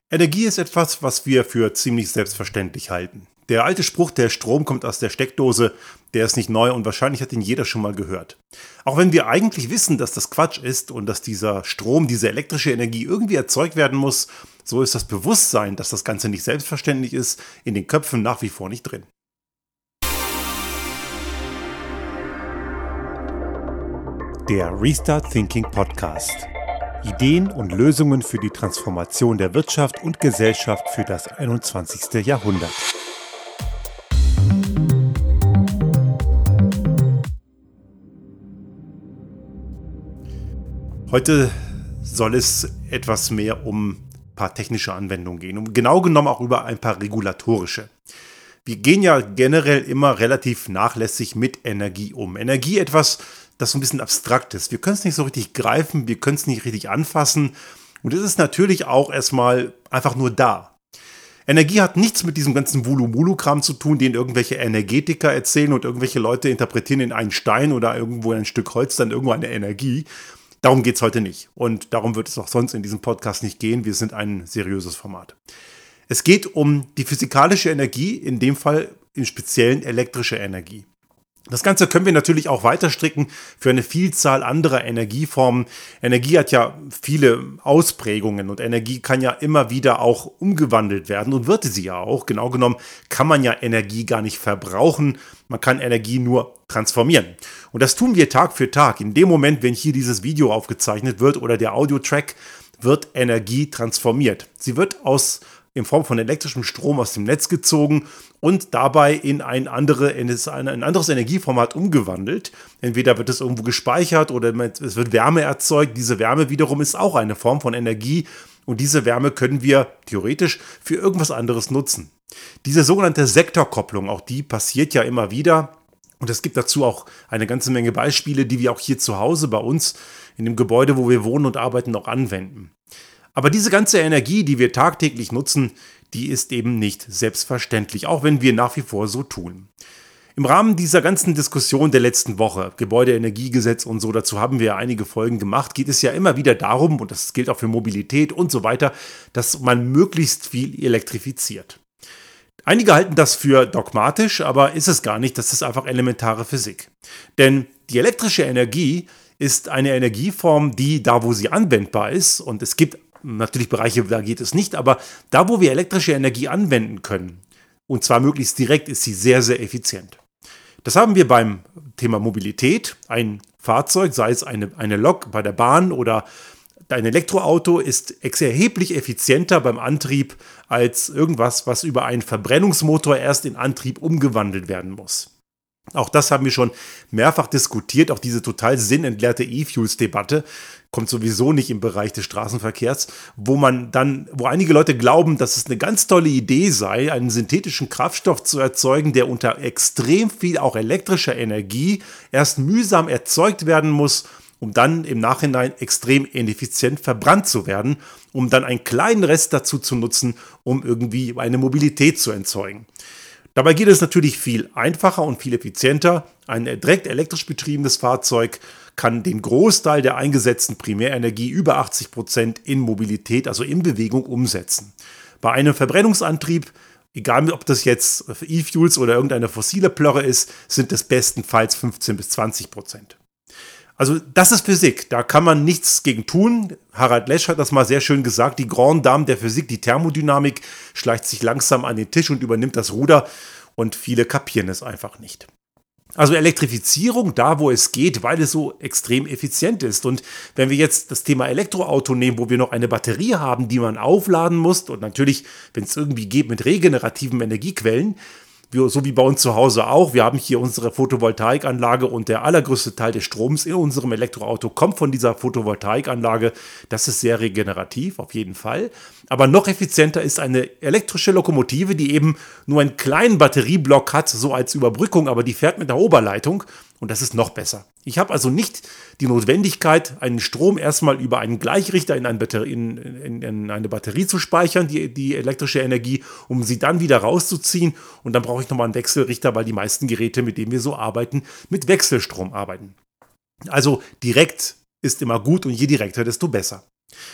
Energie ist etwas, was wir für ziemlich selbstverständlich halten. Der alte Spruch, der Strom kommt aus der Steckdose, der ist nicht neu und wahrscheinlich hat ihn jeder schon mal gehört. Auch wenn wir eigentlich wissen, dass das Quatsch ist und dass dieser Strom, diese elektrische Energie irgendwie erzeugt werden muss, so ist das Bewusstsein, dass das Ganze nicht selbstverständlich ist, in den Köpfen nach wie vor nicht drin. Der Restart Thinking Podcast. Ideen und Lösungen für die Transformation der Wirtschaft und Gesellschaft für das 21. Jahrhundert. Heute soll es etwas mehr um ein paar technische Anwendungen gehen, um genau genommen auch über ein paar regulatorische. Wir gehen ja generell immer relativ nachlässig mit Energie um. Energie etwas, das so ein bisschen abstrakt ist. Wir können es nicht so richtig greifen, wir können es nicht richtig anfassen und es ist natürlich auch erstmal einfach nur da. Energie hat nichts mit diesem ganzen Wulu-Mulu-Kram zu tun, den irgendwelche Energetiker erzählen und irgendwelche Leute interpretieren in einen Stein oder irgendwo in ein Stück Holz dann irgendwo eine Energie. Darum geht es heute nicht und darum wird es auch sonst in diesem Podcast nicht gehen. Wir sind ein seriöses Format. Es geht um die physikalische Energie, in dem Fall im Speziellen elektrische Energie. Das Ganze können wir natürlich auch weiter stricken für eine Vielzahl anderer Energieformen. Energie hat ja viele Ausprägungen und Energie kann ja immer wieder auch umgewandelt werden und wird sie ja auch. Genau genommen kann man ja Energie gar nicht verbrauchen, man kann Energie nur transformieren. Und das tun wir Tag für Tag. In dem Moment, wenn hier dieses Video aufgezeichnet wird oder der Audiotrack, wird Energie transformiert. Sie wird in Form von elektrischem Strom aus dem Netz gezogen und dabei in ein anderes Energieformat umgewandelt. Entweder wird es irgendwo gespeichert oder es wird Wärme erzeugt. Diese Wärme wiederum ist auch eine Form von Energie und diese Wärme können wir theoretisch für irgendwas anderes nutzen. Diese sogenannte Sektorkopplung, auch die passiert ja immer wieder. Und es gibt dazu auch eine ganze Menge Beispiele, die wir auch hier zu Hause bei uns in dem Gebäude, wo wir wohnen und arbeiten, auch anwenden. Aber diese ganze Energie, die wir tagtäglich nutzen, die ist eben nicht selbstverständlich, auch wenn wir nach wie vor so tun. Im Rahmen dieser ganzen Diskussion der letzten Woche, Gebäudeenergiegesetz und so, dazu haben wir einige Folgen gemacht, geht es ja immer wieder darum, und das gilt auch für Mobilität und so weiter, dass man möglichst viel elektrifiziert. Einige halten das für dogmatisch, aber ist es gar nicht, das ist einfach elementare Physik. Denn die elektrische Energie ist eine Energieform, die da, wo sie anwendbar ist, und es gibt natürlich Bereiche, da geht es nicht, aber da, wo wir elektrische Energie anwenden können, und zwar möglichst direkt, ist sie sehr, sehr effizient. Das haben wir beim Thema Mobilität. Ein Fahrzeug, sei es eine Lok bei der Bahn oder ein Elektroauto, ist erheblich effizienter beim Antrieb als irgendwas, was über einen Verbrennungsmotor erst in Antrieb umgewandelt werden muss. Auch das haben wir schon mehrfach diskutiert, auch diese total sinnentleerte E-Fuels-Debatte kommt sowieso nicht im Bereich des Straßenverkehrs, wo einige Leute glauben, dass es eine ganz tolle Idee sei, einen synthetischen Kraftstoff zu erzeugen, der unter extrem viel auch elektrischer Energie erst mühsam erzeugt werden muss, um dann im Nachhinein extrem ineffizient verbrannt zu werden, um dann einen kleinen Rest dazu zu nutzen, um irgendwie eine Mobilität zu erzeugen. Dabei geht es natürlich viel einfacher und viel effizienter. Ein direkt elektrisch betriebenes Fahrzeug kann den Großteil der eingesetzten Primärenergie, über 80%, in Mobilität, also in Bewegung, umsetzen. Bei einem Verbrennungsantrieb, egal ob das jetzt E-Fuels oder irgendeine fossile Plörre ist, sind es bestenfalls 15-20%. Also das ist Physik, da kann man nichts gegen tun. Harald Lesch hat das mal sehr schön gesagt, die Grande Dame der Physik, die Thermodynamik, schleicht sich langsam an den Tisch und übernimmt das Ruder und viele kapieren es einfach nicht. Also Elektrifizierung da, wo es geht, weil es so extrem effizient ist. Und wenn wir jetzt das Thema Elektroauto nehmen, wo wir noch eine Batterie haben, die man aufladen muss und natürlich, wenn es irgendwie geht, mit regenerativen Energiequellen, so wie bei uns zu Hause auch. Wir haben hier unsere Photovoltaikanlage und der allergrößte Teil des Stroms in unserem Elektroauto kommt von dieser Photovoltaikanlage. Das ist sehr regenerativ, auf jeden Fall. Aber noch effizienter ist eine elektrische Lokomotive, die eben nur einen kleinen Batterieblock hat, so als Überbrückung, aber die fährt mit einer Oberleitung und das ist noch besser. Ich habe also nicht die Notwendigkeit, einen Strom erstmal über einen Gleichrichter in eine Batterie zu speichern, die elektrische Energie, um sie dann wieder rauszuziehen. Und dann brauche ich nochmal einen Wechselrichter, weil die meisten Geräte, mit denen wir so arbeiten, mit Wechselstrom arbeiten. Also direkt ist immer gut und je direkter, desto besser.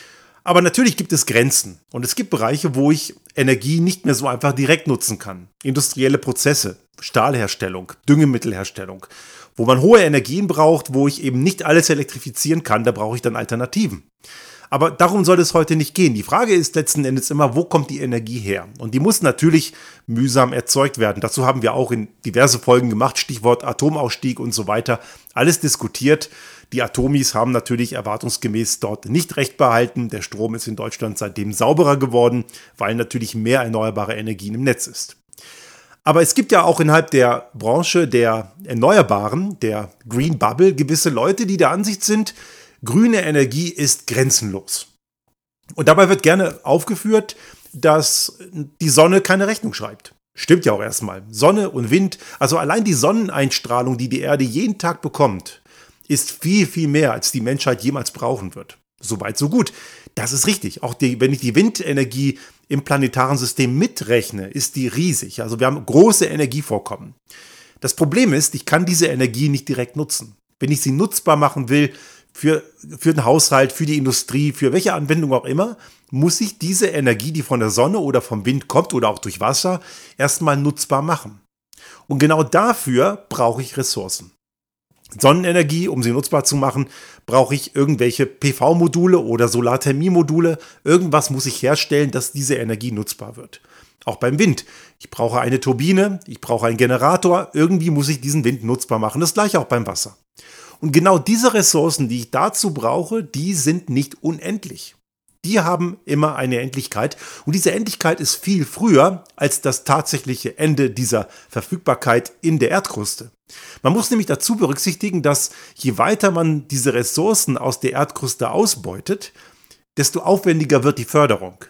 Aber natürlich gibt es Grenzen und es gibt Bereiche, wo ich Energie nicht mehr so einfach direkt nutzen kann. Industrielle Prozesse, Stahlherstellung, Düngemittelherstellung, wo man hohe Energien braucht, wo ich eben nicht alles elektrifizieren kann, da brauche ich dann Alternativen. Aber darum soll es heute nicht gehen. Die Frage ist letzten Endes immer, wo kommt die Energie her? Und die muss natürlich mühsam erzeugt werden. Dazu haben wir auch in diverse Folgen gemacht, Stichwort Atomausstieg und so weiter, alles diskutiert. Die Atomis haben natürlich erwartungsgemäß dort nicht recht behalten. Der Strom ist in Deutschland seitdem sauberer geworden, weil natürlich mehr erneuerbare Energien im Netz ist. Aber es gibt ja auch innerhalb der Branche der Erneuerbaren, der Green Bubble, gewisse Leute, die der Ansicht sind, grüne Energie ist grenzenlos. Und dabei wird gerne aufgeführt, dass die Sonne keine Rechnung schreibt. Stimmt ja auch erstmal. Sonne und Wind, also allein die Sonneneinstrahlung, die die Erde jeden Tag bekommt, ist viel, viel mehr, als die Menschheit jemals brauchen wird. Soweit, so gut. Das ist richtig. Auch wenn ich die Windenergie im planetaren System mitrechne, ist die riesig. Also wir haben große Energievorkommen. Das Problem ist, ich kann diese Energie nicht direkt nutzen. Wenn ich sie nutzbar machen will, für den Haushalt, für die Industrie, für welche Anwendung auch immer, muss ich diese Energie, die von der Sonne oder vom Wind kommt oder auch durch Wasser, erstmal nutzbar machen. Und genau dafür brauche ich Ressourcen. Sonnenenergie, um sie nutzbar zu machen, brauche ich irgendwelche PV-Module oder Solarthermiemodule. Irgendwas muss ich herstellen, dass diese Energie nutzbar wird. Auch beim Wind. Ich brauche eine Turbine, ich brauche einen Generator. Irgendwie muss ich diesen Wind nutzbar machen. Das gleiche auch beim Wasser. Und genau diese Ressourcen, die ich dazu brauche, die sind nicht unendlich. Die haben immer eine Endlichkeit. Und diese Endlichkeit ist viel früher als das tatsächliche Ende dieser Verfügbarkeit in der Erdkruste. Man muss nämlich dazu berücksichtigen, dass je weiter man diese Ressourcen aus der Erdkruste ausbeutet, desto aufwendiger wird die Förderung.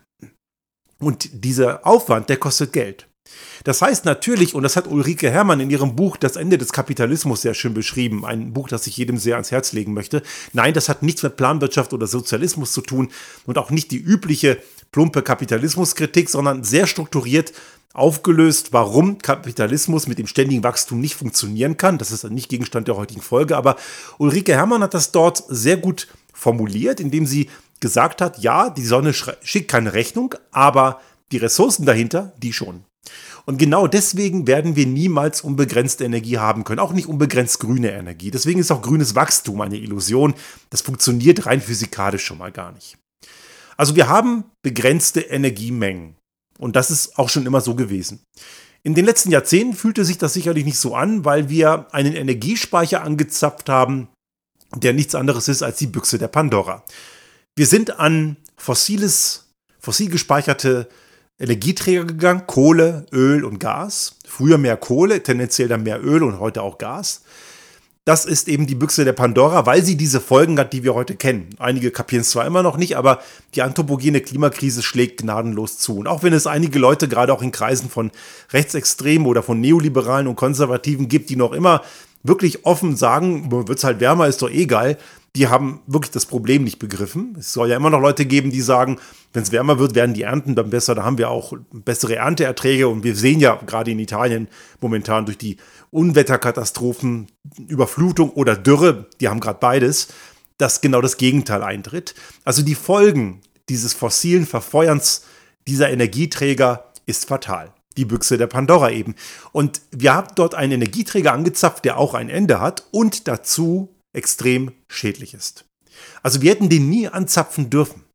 Und dieser Aufwand, der kostet Geld. Das heißt natürlich, und das hat Ulrike Herrmann in ihrem Buch Das Ende des Kapitalismus sehr schön beschrieben, ein Buch, das ich jedem sehr ans Herz legen möchte. Nein, das hat nichts mit Planwirtschaft oder Sozialismus zu tun und auch nicht die übliche plumpe Kapitalismuskritik, sondern sehr strukturiert aufgelöst, warum Kapitalismus mit dem ständigen Wachstum nicht funktionieren kann. Das ist nicht Gegenstand der heutigen Folge, aber Ulrike Herrmann hat das dort sehr gut formuliert, indem sie gesagt hat, ja, die Sonne schickt keine Rechnung, aber die Ressourcen dahinter, die schon. Und genau deswegen werden wir niemals unbegrenzte Energie haben können, auch nicht unbegrenzt grüne Energie. Deswegen ist auch grünes Wachstum eine Illusion. Das funktioniert rein physikalisch schon mal gar nicht. Also wir haben begrenzte Energiemengen. Und das ist auch schon immer so gewesen. In den letzten Jahrzehnten fühlte sich das sicherlich nicht so an, weil wir einen Energiespeicher angezapft haben, der nichts anderes ist als die Büchse der Pandora. Wir sind an fossil gespeicherte Energieträger gegangen, Kohle, Öl und Gas. Früher mehr Kohle, tendenziell dann mehr Öl und heute auch Gas. Das ist eben die Büchse der Pandora, weil sie diese Folgen hat, die wir heute kennen. Einige kapieren es zwar immer noch nicht, aber die anthropogene Klimakrise schlägt gnadenlos zu. Und auch wenn es einige Leute, gerade auch in Kreisen von Rechtsextremen oder von Neoliberalen und Konservativen gibt, die noch immer wirklich offen sagen, wird es halt wärmer, ist doch eh geil, die haben wirklich das Problem nicht begriffen. Es soll ja immer noch Leute geben, die sagen, wenn es wärmer wird, werden die Ernten dann besser, da haben wir auch bessere Ernteerträge. Und wir sehen ja gerade in Italien momentan durch die Unwetterkatastrophen, Überflutung oder Dürre, die haben gerade beides, dass genau das Gegenteil eintritt. Also die Folgen dieses fossilen Verfeuerns dieser Energieträger ist fatal. Die Büchse der Pandora eben. Und wir haben dort einen Energieträger angezapft, der auch ein Ende hat und dazu extrem schädlich ist. Also wir hätten den nie anzapfen dürfen.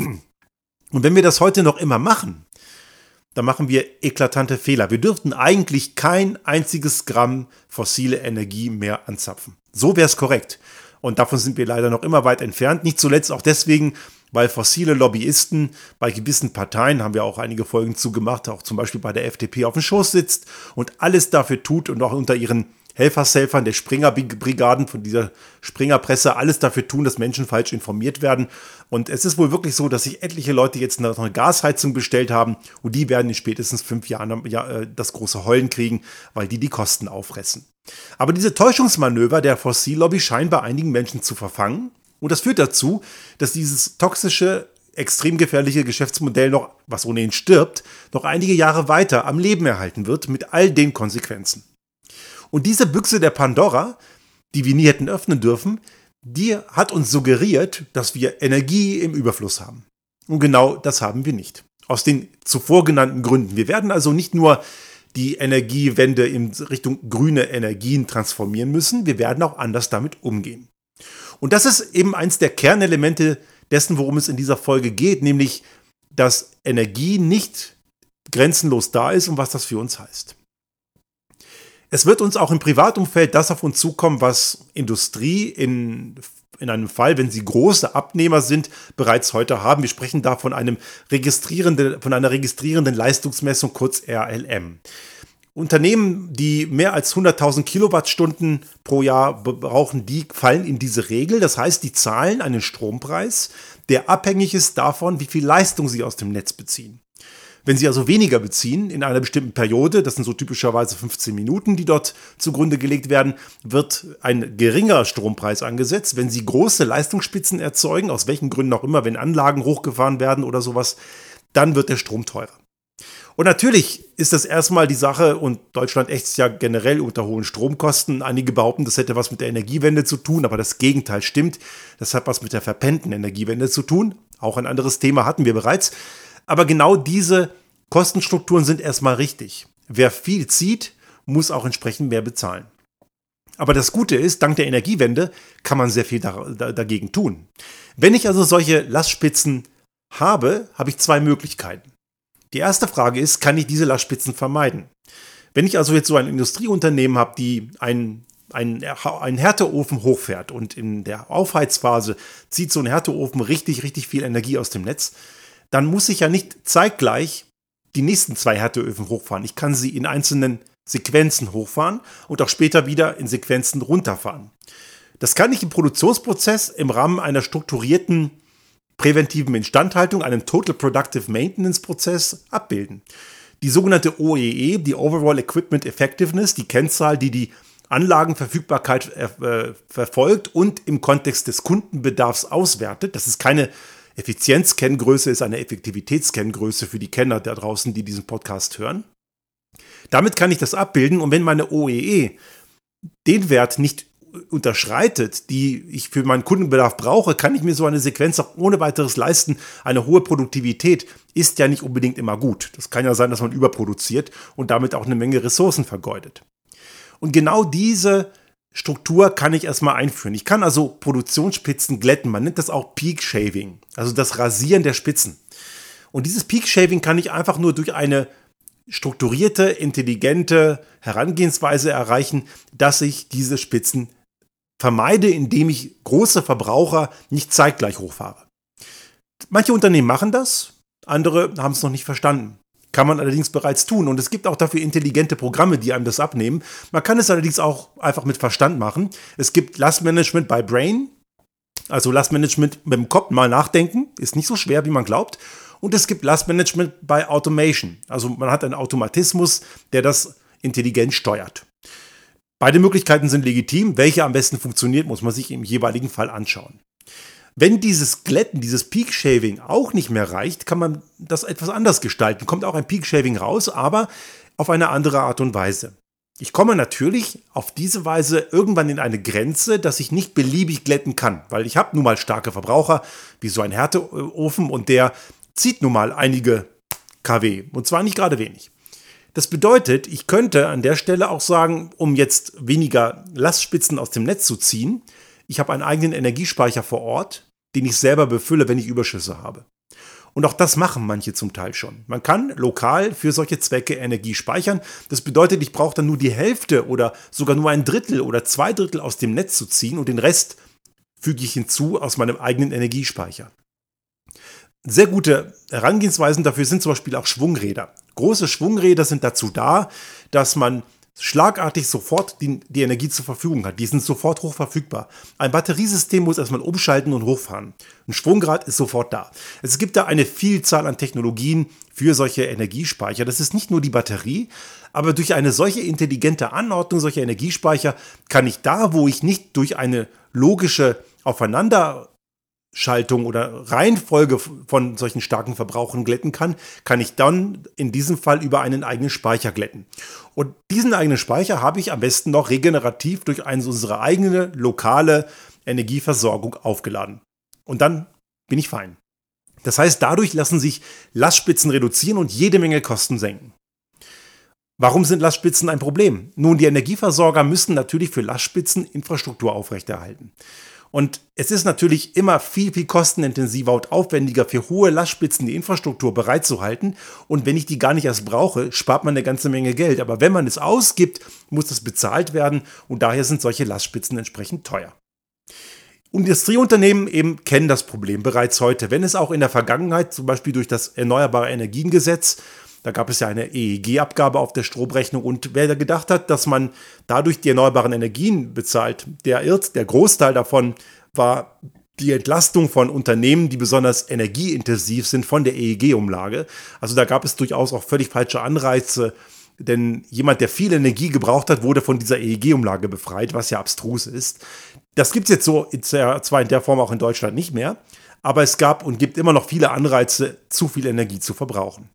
Und wenn wir das heute noch immer machen, dann machen wir eklatante Fehler. Wir dürften eigentlich kein einziges Gramm fossile Energie mehr anzapfen. So wäre es korrekt. Und davon sind wir leider noch immer weit entfernt. Nicht zuletzt auch deswegen, weil fossile Lobbyisten bei gewissen Parteien, haben wir auch einige Folgen zugemacht, auch zum Beispiel bei der FDP auf dem Schoß sitzt und alles dafür tut und auch unter ihren Helfershelfern der Springer-Brigaden von dieser Springerpresse alles dafür tun, dass Menschen falsch informiert werden. Und es ist wohl wirklich so, dass sich etliche Leute jetzt noch eine Gasheizung bestellt haben und die werden in spätestens 5 Jahren das große Heulen kriegen, weil die Kosten auffressen. Aber diese Täuschungsmanöver der Fossillobby scheinen bei einigen Menschen zu verfangen. Und das führt dazu, dass dieses toxische, extrem gefährliche Geschäftsmodell noch, was ohnehin stirbt, noch einige Jahre weiter am Leben erhalten wird mit all den Konsequenzen. Und diese Büchse der Pandora, die wir nie hätten öffnen dürfen, die hat uns suggeriert, dass wir Energie im Überfluss haben. Und genau das haben wir nicht. Aus den zuvor genannten Gründen. Wir werden also nicht nur die Energiewende in Richtung grüne Energien transformieren müssen, wir werden auch anders damit umgehen. Und das ist eben eins der Kernelemente dessen, worum es in dieser Folge geht, nämlich, dass Energie nicht grenzenlos da ist und was das für uns heißt. Es wird uns auch im Privatumfeld das auf uns zukommen, was Industrie in einem Fall, wenn sie große Abnehmer sind, bereits heute haben. Wir sprechen da von einer registrierenden Leistungsmessung, kurz RLM. Unternehmen, die mehr als 100.000 Kilowattstunden pro Jahr brauchen, die fallen in diese Regel. Das heißt, die zahlen einen Strompreis, der abhängig ist davon, wie viel Leistung sie aus dem Netz beziehen. Wenn Sie also weniger beziehen in einer bestimmten Periode, das sind so typischerweise 15 Minuten, die dort zugrunde gelegt werden, wird ein geringerer Strompreis angesetzt. Wenn Sie große Leistungsspitzen erzeugen, aus welchen Gründen auch immer, wenn Anlagen hochgefahren werden oder sowas, dann wird der Strom teurer. Und natürlich ist das erstmal die Sache, und Deutschland ächzt ja generell unter hohen Stromkosten. Einige behaupten, das hätte was mit der Energiewende zu tun, aber das Gegenteil stimmt. Das hat was mit der verpennten Energiewende zu tun. Auch ein anderes Thema hatten wir bereits. Aber genau diese Kostenstrukturen sind erstmal richtig. Wer viel zieht, muss auch entsprechend mehr bezahlen. Aber das Gute ist, dank der Energiewende kann man sehr viel dagegen tun. Wenn ich also solche Lastspitzen habe, habe ich zwei Möglichkeiten. Die erste Frage ist, kann ich diese Lastspitzen vermeiden? Wenn ich also jetzt so ein Industrieunternehmen habe, die einen Härteofen hochfährt und in der Aufheizphase zieht so ein Härteofen richtig, richtig viel Energie aus dem Netz, dann muss ich ja nicht zeitgleich die nächsten 2 Härteöfen hochfahren. Ich kann sie in einzelnen Sequenzen hochfahren und auch später wieder in Sequenzen runterfahren. Das kann ich im Produktionsprozess im Rahmen einer strukturierten präventiven Instandhaltung, einem Total Productive Maintenance Prozess abbilden. Die sogenannte OEE, die Overall Equipment Effectiveness, die Kennzahl, die die Anlagenverfügbarkeit verfolgt und im Kontext des Kundenbedarfs auswertet. Das ist keine Effizienzkenngröße, ist eine Effektivitätskenngröße für die Kenner da draußen, die diesen Podcast hören. Damit kann ich das abbilden, und wenn meine OEE den Wert nicht unterschreitet, die ich für meinen Kundenbedarf brauche, kann ich mir so eine Sequenz auch ohne weiteres leisten. Eine hohe Produktivität ist ja nicht unbedingt immer gut. Das kann ja sein, dass man überproduziert und damit auch eine Menge Ressourcen vergeudet. Und genau diese Struktur kann ich erstmal einführen. Ich kann also Produktionsspitzen glätten. Man nennt das auch Peak Shaving, also das Rasieren der Spitzen. Und dieses Peak Shaving kann ich einfach nur durch eine strukturierte, intelligente Herangehensweise erreichen, dass ich diese Spitzen vermeide, indem ich große Verbraucher nicht zeitgleich hochfahre. Manche Unternehmen machen das, andere haben es noch nicht verstanden. Kann man allerdings bereits tun, und es gibt auch dafür intelligente Programme, die einem das abnehmen. Man kann es allerdings auch einfach mit Verstand machen. Es gibt Lastmanagement by Brain, also Lastmanagement mit dem Kopf mal nachdenken, ist nicht so schwer, wie man glaubt. Und es gibt Lastmanagement by Automation, also man hat einen Automatismus, der das intelligent steuert. Beide Möglichkeiten sind legitim. Welche am besten funktioniert, muss man sich im jeweiligen Fall anschauen. Wenn dieses Glätten, dieses Peak Shaving auch nicht mehr reicht, kann man das etwas anders gestalten. Kommt auch ein Peak Shaving raus, aber auf eine andere Art und Weise. Ich komme natürlich auf diese Weise irgendwann in eine Grenze, dass ich nicht beliebig glätten kann, weil ich habe nun mal starke Verbraucher, wie so ein Härteofen, und der zieht nun mal einige kW, und zwar nicht gerade wenig. Das bedeutet, ich könnte an der Stelle auch sagen, um jetzt weniger Lastspitzen aus dem Netz zu ziehen, ich habe einen eigenen Energiespeicher vor Ort, den ich selber befülle, wenn ich Überschüsse habe. Und auch das machen manche zum Teil schon. Man kann lokal für solche Zwecke Energie speichern. Das bedeutet, ich brauche dann nur die Hälfte oder sogar nur 1/3 oder 2/3 aus dem Netz zu ziehen, und den Rest füge ich hinzu aus meinem eigenen Energiespeicher. Sehr gute Herangehensweisen dafür sind zum Beispiel auch Schwungräder. Große Schwungräder sind dazu da, dass man schlagartig sofort die Energie zur Verfügung hat. Die sind sofort hoch verfügbar. Ein Batteriesystem muss erstmal umschalten und hochfahren. Ein Schwungrad ist sofort da. Es gibt da eine Vielzahl an Technologien für solche Energiespeicher. Das ist nicht nur die Batterie, aber durch eine solche intelligente Anordnung solcher Energiespeicher kann ich da, wo ich nicht durch eine logische Aufeinanderschaltung oder Reihenfolge von solchen starken Verbrauchern glätten kann ich dann in diesem Fall über einen eigenen Speicher glätten. Und diesen eigenen Speicher habe ich am besten noch regenerativ durch unsere eigene lokale Energieversorgung aufgeladen. Und dann bin ich fein. Das heißt, dadurch lassen sich Lastspitzen reduzieren und jede Menge Kosten senken. Warum sind Lastspitzen ein Problem? Nun, die Energieversorger müssen natürlich für Lastspitzen Infrastruktur aufrechterhalten. Und es ist natürlich immer viel, viel kostenintensiver und aufwendiger für hohe Lastspitzen die Infrastruktur bereitzuhalten. Und wenn ich die gar nicht erst brauche, spart man eine ganze Menge Geld. Aber wenn man es ausgibt, muss das bezahlt werden und daher sind solche Lastspitzen entsprechend teuer. Industrieunternehmen eben kennen das Problem bereits heute, wenn es auch in der Vergangenheit, zum Beispiel durch das Erneuerbare Energiengesetz, da gab es ja eine EEG-Abgabe auf der Stromrechnung und wer da gedacht hat, dass man dadurch die erneuerbaren Energien bezahlt, der irrt. Der Großteil davon war die Entlastung von Unternehmen, die besonders energieintensiv sind von der EEG-Umlage. Also da gab es durchaus auch völlig falsche Anreize, denn jemand, der viel Energie gebraucht hat, wurde von dieser EEG-Umlage befreit, was ja abstrus ist. Das gibt es jetzt so zwar in der Form auch in Deutschland nicht mehr, aber es gab und gibt immer noch viele Anreize, zu viel Energie zu verbrauchen.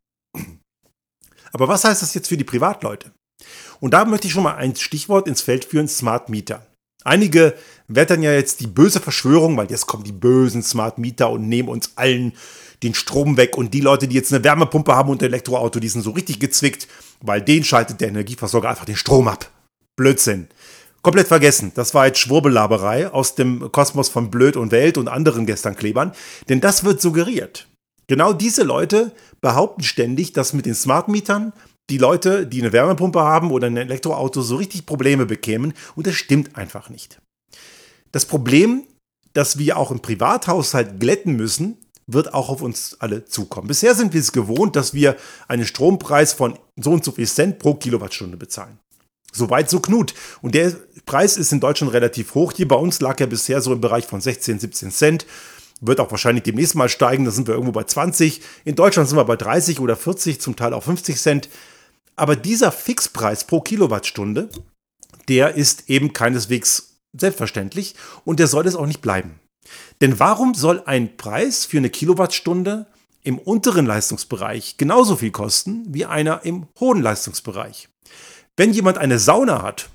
Aber was heißt das jetzt für die Privatleute? Und da möchte ich schon mal ein Stichwort ins Feld führen, Smart Meter. Einige wettern ja jetzt die böse Verschwörung, weil jetzt kommen die bösen Smart Meter und nehmen uns allen den Strom weg. Und die Leute, die jetzt eine Wärmepumpe haben und ein Elektroauto, die sind so richtig gezwickt, weil denen schaltet der Energieversorger einfach den Strom ab. Blödsinn. Komplett vergessen. Das war jetzt Schwurbelaberei aus dem Kosmos von Blöd und Welt und anderen Gesternklebern. Denn das wird suggeriert. Genau diese Leute behaupten ständig, dass mit den Smart Mietern die Leute, die eine Wärmepumpe haben oder ein Elektroauto, so richtig Probleme bekämen. Und das stimmt einfach nicht. Das Problem, das wir auch im Privathaushalt glätten müssen, wird auch auf uns alle zukommen. Bisher sind wir es gewohnt, dass wir einen Strompreis von so und so viel Cent pro Kilowattstunde bezahlen. Soweit so Knut. Und der Preis ist in Deutschland relativ hoch. Hier bei uns lag er bisher so im Bereich von 16, 17 Cent. Wird auch wahrscheinlich demnächst mal steigen. Da sind wir irgendwo bei 20. In Deutschland sind wir bei 30 oder 40, zum Teil auch 50 Cent. Aber dieser Fixpreis pro Kilowattstunde, der ist eben keineswegs selbstverständlich und der soll es auch nicht bleiben. Denn warum soll ein Preis für eine Kilowattstunde im unteren Leistungsbereich genauso viel kosten wie einer im hohen Leistungsbereich? Wenn jemand eine Sauna hat,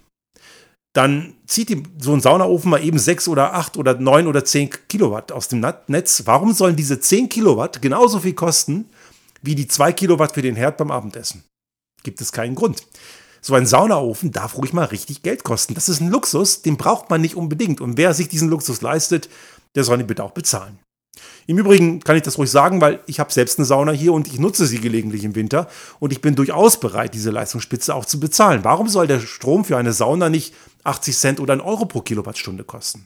dann zieht so ein Saunaofen mal eben 6 oder 8 oder 9 oder 10 Kilowatt aus dem Netz. Warum sollen diese 10 Kilowatt genauso viel kosten wie die 2 Kilowatt für den Herd beim Abendessen? Gibt es keinen Grund. So ein Saunaofen darf ruhig mal richtig Geld kosten. Das ist ein Luxus, den braucht man nicht unbedingt. Und wer sich diesen Luxus leistet, der soll ihn bitte auch bezahlen. Im Übrigen kann ich das ruhig sagen, weil ich habe selbst eine Sauna hier und ich nutze sie gelegentlich im Winter und ich bin durchaus bereit, diese Leistungsspitze auch zu bezahlen. Warum soll der Strom für eine Sauna nicht 80 Cent oder 1 Euro pro Kilowattstunde kosten?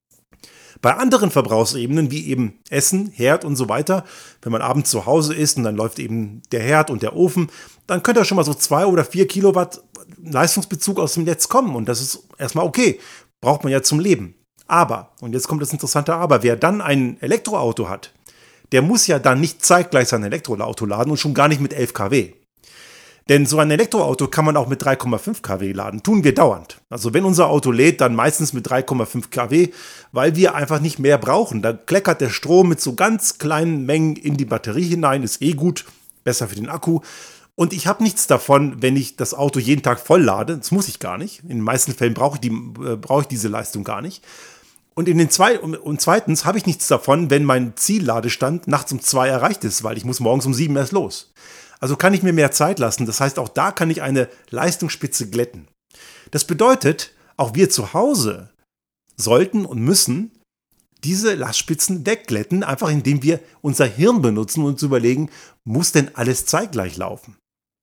Bei anderen Verbrauchsebenen wie eben Essen, Herd und so weiter, wenn man abends zu Hause ist und dann läuft eben der Herd und der Ofen, dann könnte da schon mal so 2 oder 4 Kilowatt Leistungsbezug aus dem Netz kommen und das ist erstmal okay, braucht man ja zum Leben. Aber, und jetzt kommt das interessante Aber, wer dann ein Elektroauto hat, der muss ja dann nicht zeitgleich sein Elektroauto laden und schon gar nicht mit 11 kW. Denn so ein Elektroauto kann man auch mit 3,5 kW laden. Tun wir dauernd. Also wenn unser Auto lädt, dann meistens mit 3,5 kW, weil wir einfach nicht mehr brauchen. Da kleckert der Strom mit so ganz kleinen Mengen in die Batterie hinein. Ist eh gut, besser für den Akku. Und ich habe nichts davon, wenn ich das Auto jeden Tag voll lade. Das muss ich gar nicht. In den meisten Fällen brauche ich diese Leistung gar nicht. Und zweitens habe ich nichts davon, wenn mein Zielladestand nachts um 2 erreicht ist, weil ich muss morgens um 7 erst los. Also kann ich mir mehr Zeit lassen. Das heißt, auch da kann ich eine Leistungsspitze glätten. Das bedeutet, auch wir zu Hause sollten und müssen diese Lastspitzen wegglätten, einfach indem wir unser Hirn benutzen und uns überlegen, muss denn alles zeitgleich laufen?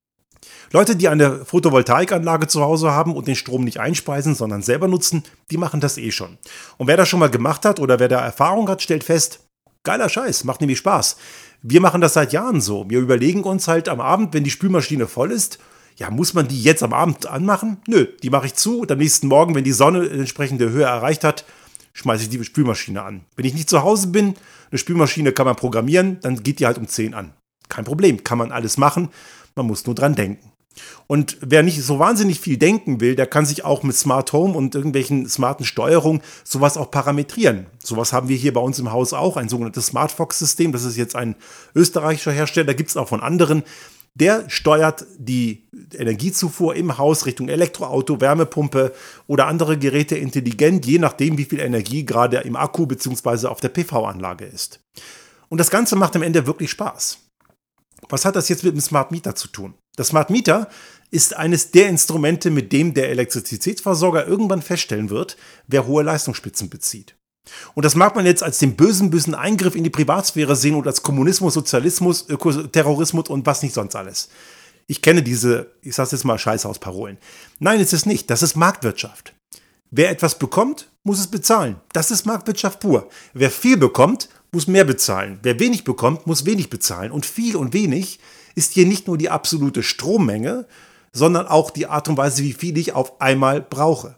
Leute, die eine Photovoltaikanlage zu Hause haben und den Strom nicht einspeisen, sondern selber nutzen, die machen das eh schon. Und wer das schon mal gemacht hat oder wer da Erfahrung hat, stellt fest, geiler Scheiß, macht nämlich Spaß. Wir machen das seit Jahren so. Wir überlegen uns halt am Abend, wenn die Spülmaschine voll ist, ja, muss man die jetzt am Abend anmachen? Nö, die mache ich zu und am nächsten Morgen, wenn die Sonne entsprechende Höhe erreicht hat, schmeiße ich die Spülmaschine an. Wenn ich nicht zu Hause bin, eine Spülmaschine kann man programmieren, dann geht die halt um 10 an. Kein Problem, kann man alles machen, man muss nur dran denken. Und wer nicht so wahnsinnig viel denken will, der kann sich auch mit Smart Home und irgendwelchen smarten Steuerungen sowas auch parametrieren. Sowas haben wir hier bei uns im Haus auch, ein sogenanntes SmartFox-System. Das ist jetzt ein österreichischer Hersteller, gibt es auch von anderen. Der steuert die Energiezufuhr im Haus Richtung Elektroauto, Wärmepumpe oder andere Geräte intelligent, je nachdem, wie viel Energie gerade im Akku bzw. auf der PV-Anlage ist. Und das Ganze macht am Ende wirklich Spaß. Was hat das jetzt mit dem Smart Meter zu tun? Das Smart Meter ist eines der Instrumente, mit dem der Elektrizitätsversorger irgendwann feststellen wird, wer hohe Leistungsspitzen bezieht. Und das mag man jetzt als den bösen Eingriff in die Privatsphäre sehen oder als Kommunismus, Sozialismus, Ökoterrorismus und was nicht sonst alles. Ich kenne diese, ich sag's jetzt mal, Scheißhausparolen. Nein, es ist nicht. Das ist Marktwirtschaft. Wer etwas bekommt, muss es bezahlen. Das ist Marktwirtschaft pur. Wer viel bekommt, muss mehr bezahlen. Wer wenig bekommt, muss wenig bezahlen. Und viel und wenig ist hier nicht nur die absolute Strommenge, sondern auch die Art und Weise, wie viel ich auf einmal brauche.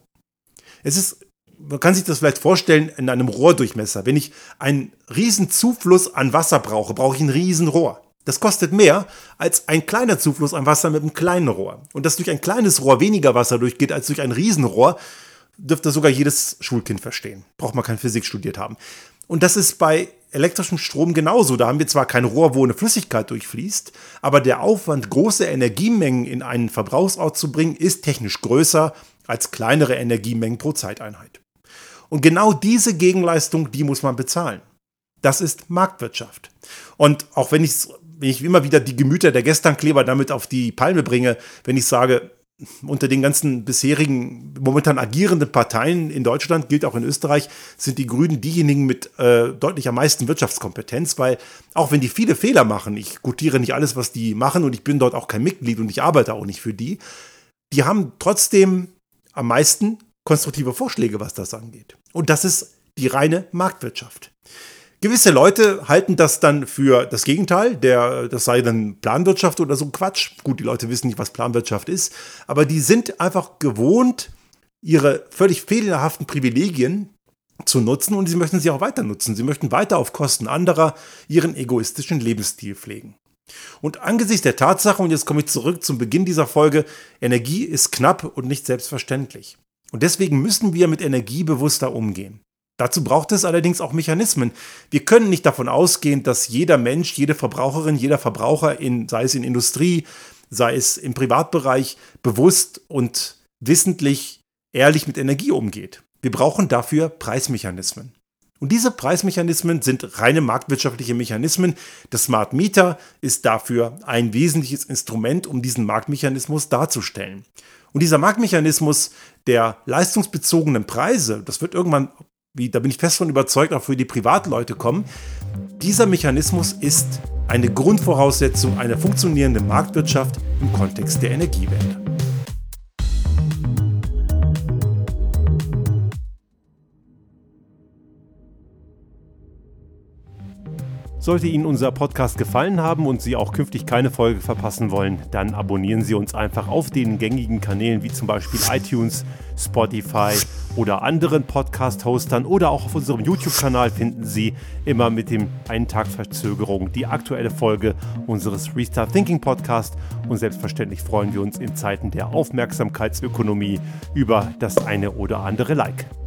Man kann sich das vielleicht vorstellen in einem Rohrdurchmesser. Wenn ich einen riesen Zufluss an Wasser brauche, brauche ich ein riesen Rohr. Das kostet mehr als ein kleiner Zufluss an Wasser mit einem kleinen Rohr. Und dass durch ein kleines Rohr weniger Wasser durchgeht als durch ein Riesenrohr, dürfte sogar jedes Schulkind verstehen. Braucht man keine Physik studiert haben. Und das ist bei elektrischem Strom genauso. Da haben wir zwar kein Rohr, wo eine Flüssigkeit durchfließt, aber der Aufwand, große Energiemengen in einen Verbrauchsort zu bringen, ist technisch größer als kleinere Energiemengen pro Zeiteinheit. Und genau diese Gegenleistung, die muss man bezahlen. Das ist Marktwirtschaft. Und auch wenn ich immer wieder die Gemüter der Gesternkleber damit auf die Palme bringe, wenn ich sage, unter den ganzen bisherigen, momentan agierenden Parteien in Deutschland, gilt auch in Österreich, sind die Grünen diejenigen mit deutlich am meisten Wirtschaftskompetenz, weil auch wenn die viele Fehler machen, ich gutiere nicht alles, was die machen und ich bin dort auch kein Mitglied und ich arbeite auch nicht für die haben trotzdem am meisten konstruktive Vorschläge, was das angeht. Und das ist die reine Marktwirtschaft. Gewisse Leute halten das dann für das Gegenteil, das sei dann Planwirtschaft oder so Quatsch. Gut, die Leute wissen nicht, was Planwirtschaft ist, aber die sind einfach gewohnt, ihre völlig fehlerhaften Privilegien zu nutzen und sie möchten sie auch weiter nutzen. Sie möchten weiter auf Kosten anderer ihren egoistischen Lebensstil pflegen. Und angesichts der Tatsache, und jetzt komme ich zurück zum Beginn dieser Folge, Energie ist knapp und nicht selbstverständlich. Und deswegen müssen wir mit Energie bewusster umgehen. Dazu braucht es allerdings auch Mechanismen. Wir können nicht davon ausgehen, dass jeder Mensch, jede Verbraucherin, jeder Verbraucher, sei es in Industrie, sei es im Privatbereich, bewusst und wissentlich ehrlich mit Energie umgeht. Wir brauchen dafür Preismechanismen. Und diese Preismechanismen sind reine marktwirtschaftliche Mechanismen. Das Smart Meter ist dafür ein wesentliches Instrument, um diesen Marktmechanismus darzustellen. Und dieser Marktmechanismus der leistungsbezogenen Preise, das wird irgendwann, da bin ich fest von überzeugt, auch für die Privatleute kommen. Dieser Mechanismus ist eine Grundvoraussetzung einer funktionierenden Marktwirtschaft im Kontext der Energiewende. Sollte Ihnen unser Podcast gefallen haben und Sie auch künftig keine Folge verpassen wollen, dann abonnieren Sie uns einfach auf den gängigen Kanälen wie zum Beispiel iTunes, Spotify oder anderen Podcast-Hostern oder auch auf unserem YouTube-Kanal finden Sie immer mit dem einen Tag Verzögerung die aktuelle Folge unseres Restart Thinking Podcast und selbstverständlich freuen wir uns in Zeiten der Aufmerksamkeitsökonomie über das eine oder andere Like.